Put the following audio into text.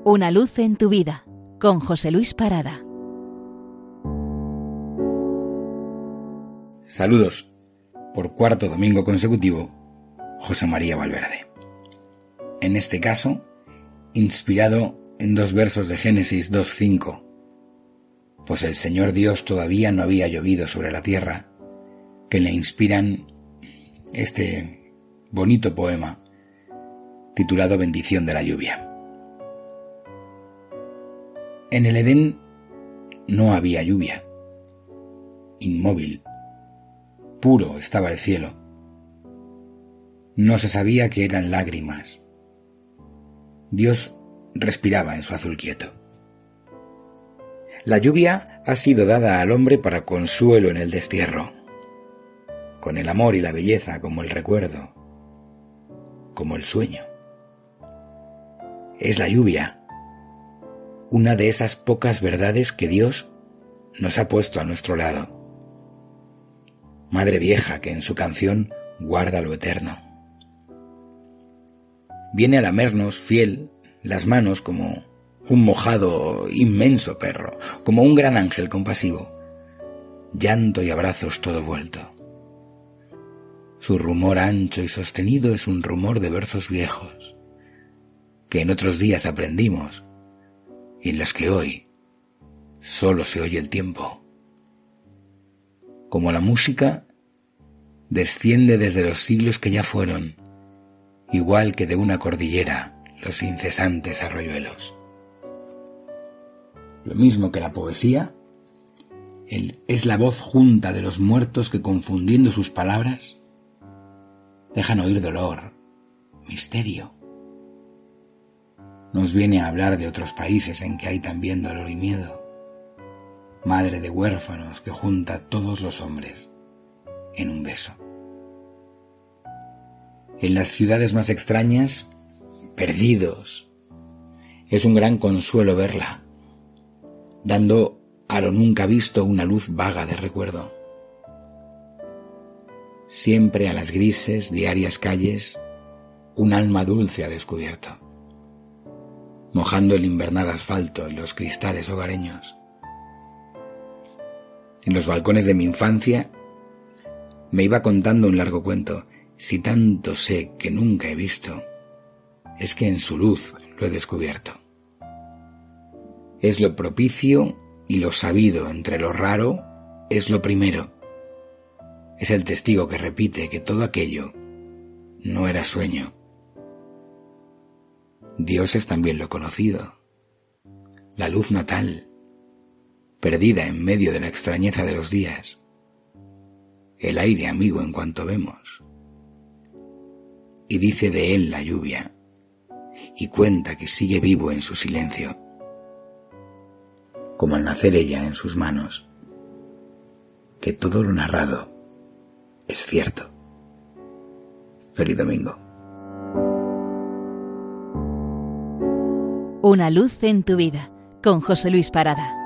Una luz en tu vida, con José Luis Parada. Saludos. Por cuarto domingo consecutivo, José María Valverde. En este caso, inspirado en dos versos de Génesis 2:5, pues el Señor Dios todavía no había llovido sobre la tierra, que le inspiran este bonito poema titulado Bendición de la lluvia. En el Edén no había lluvia. Inmóvil, puro estaba el cielo. No se sabía que eran lágrimas. Dios respiraba en su azul quieto. La lluvia ha sido dada al hombre para consuelo en el destierro, con el amor y la belleza como el recuerdo, como el sueño. Es la lluvia, una de esas pocas verdades que Dios nos ha puesto a nuestro lado. Madre vieja que en su canción guarda lo eterno. Viene a lamernos fiel las manos como un mojado inmenso perro, como un gran ángel compasivo, llanto y abrazos todo vuelto. Su rumor ancho y sostenido es un rumor de versos viejos, que en otros días aprendimos y en los que hoy solo se oye el tiempo. Como la música desciende desde los siglos que ya fueron, igual que de una cordillera los incesantes arroyuelos. Lo mismo que la poesía, es la voz junta de los muertos que, confundiendo sus palabras, dejan oír dolor, misterio. Nos viene a hablar de otros países en que hay también dolor y miedo. Madre de huérfanos que junta a todos los hombres en un beso. En las ciudades más extrañas, perdidos, es un gran consuelo verla, dando a lo nunca visto una luz vaga de recuerdo. Siempre a las grises, diarias calles, un alma dulce ha descubierto, mojando el invernal asfalto y los cristales hogareños. En los balcones de mi infancia me iba contando un largo cuento. Si tanto sé que nunca he visto, es que en su luz lo he descubierto. Es lo propicio y lo sabido entre lo raro, es lo primero. Es el testigo que repite que todo aquello no era sueño. Dios es también lo conocido, la luz natal, perdida en medio de la extrañeza de los días, el aire amigo en cuanto vemos. Y dice de él la lluvia, y cuenta que sigue vivo en su silencio, como al nacer ella en sus manos, que todo lo narrado es cierto. Feliz domingo. Una luz en tu vida, con José Luis Parada.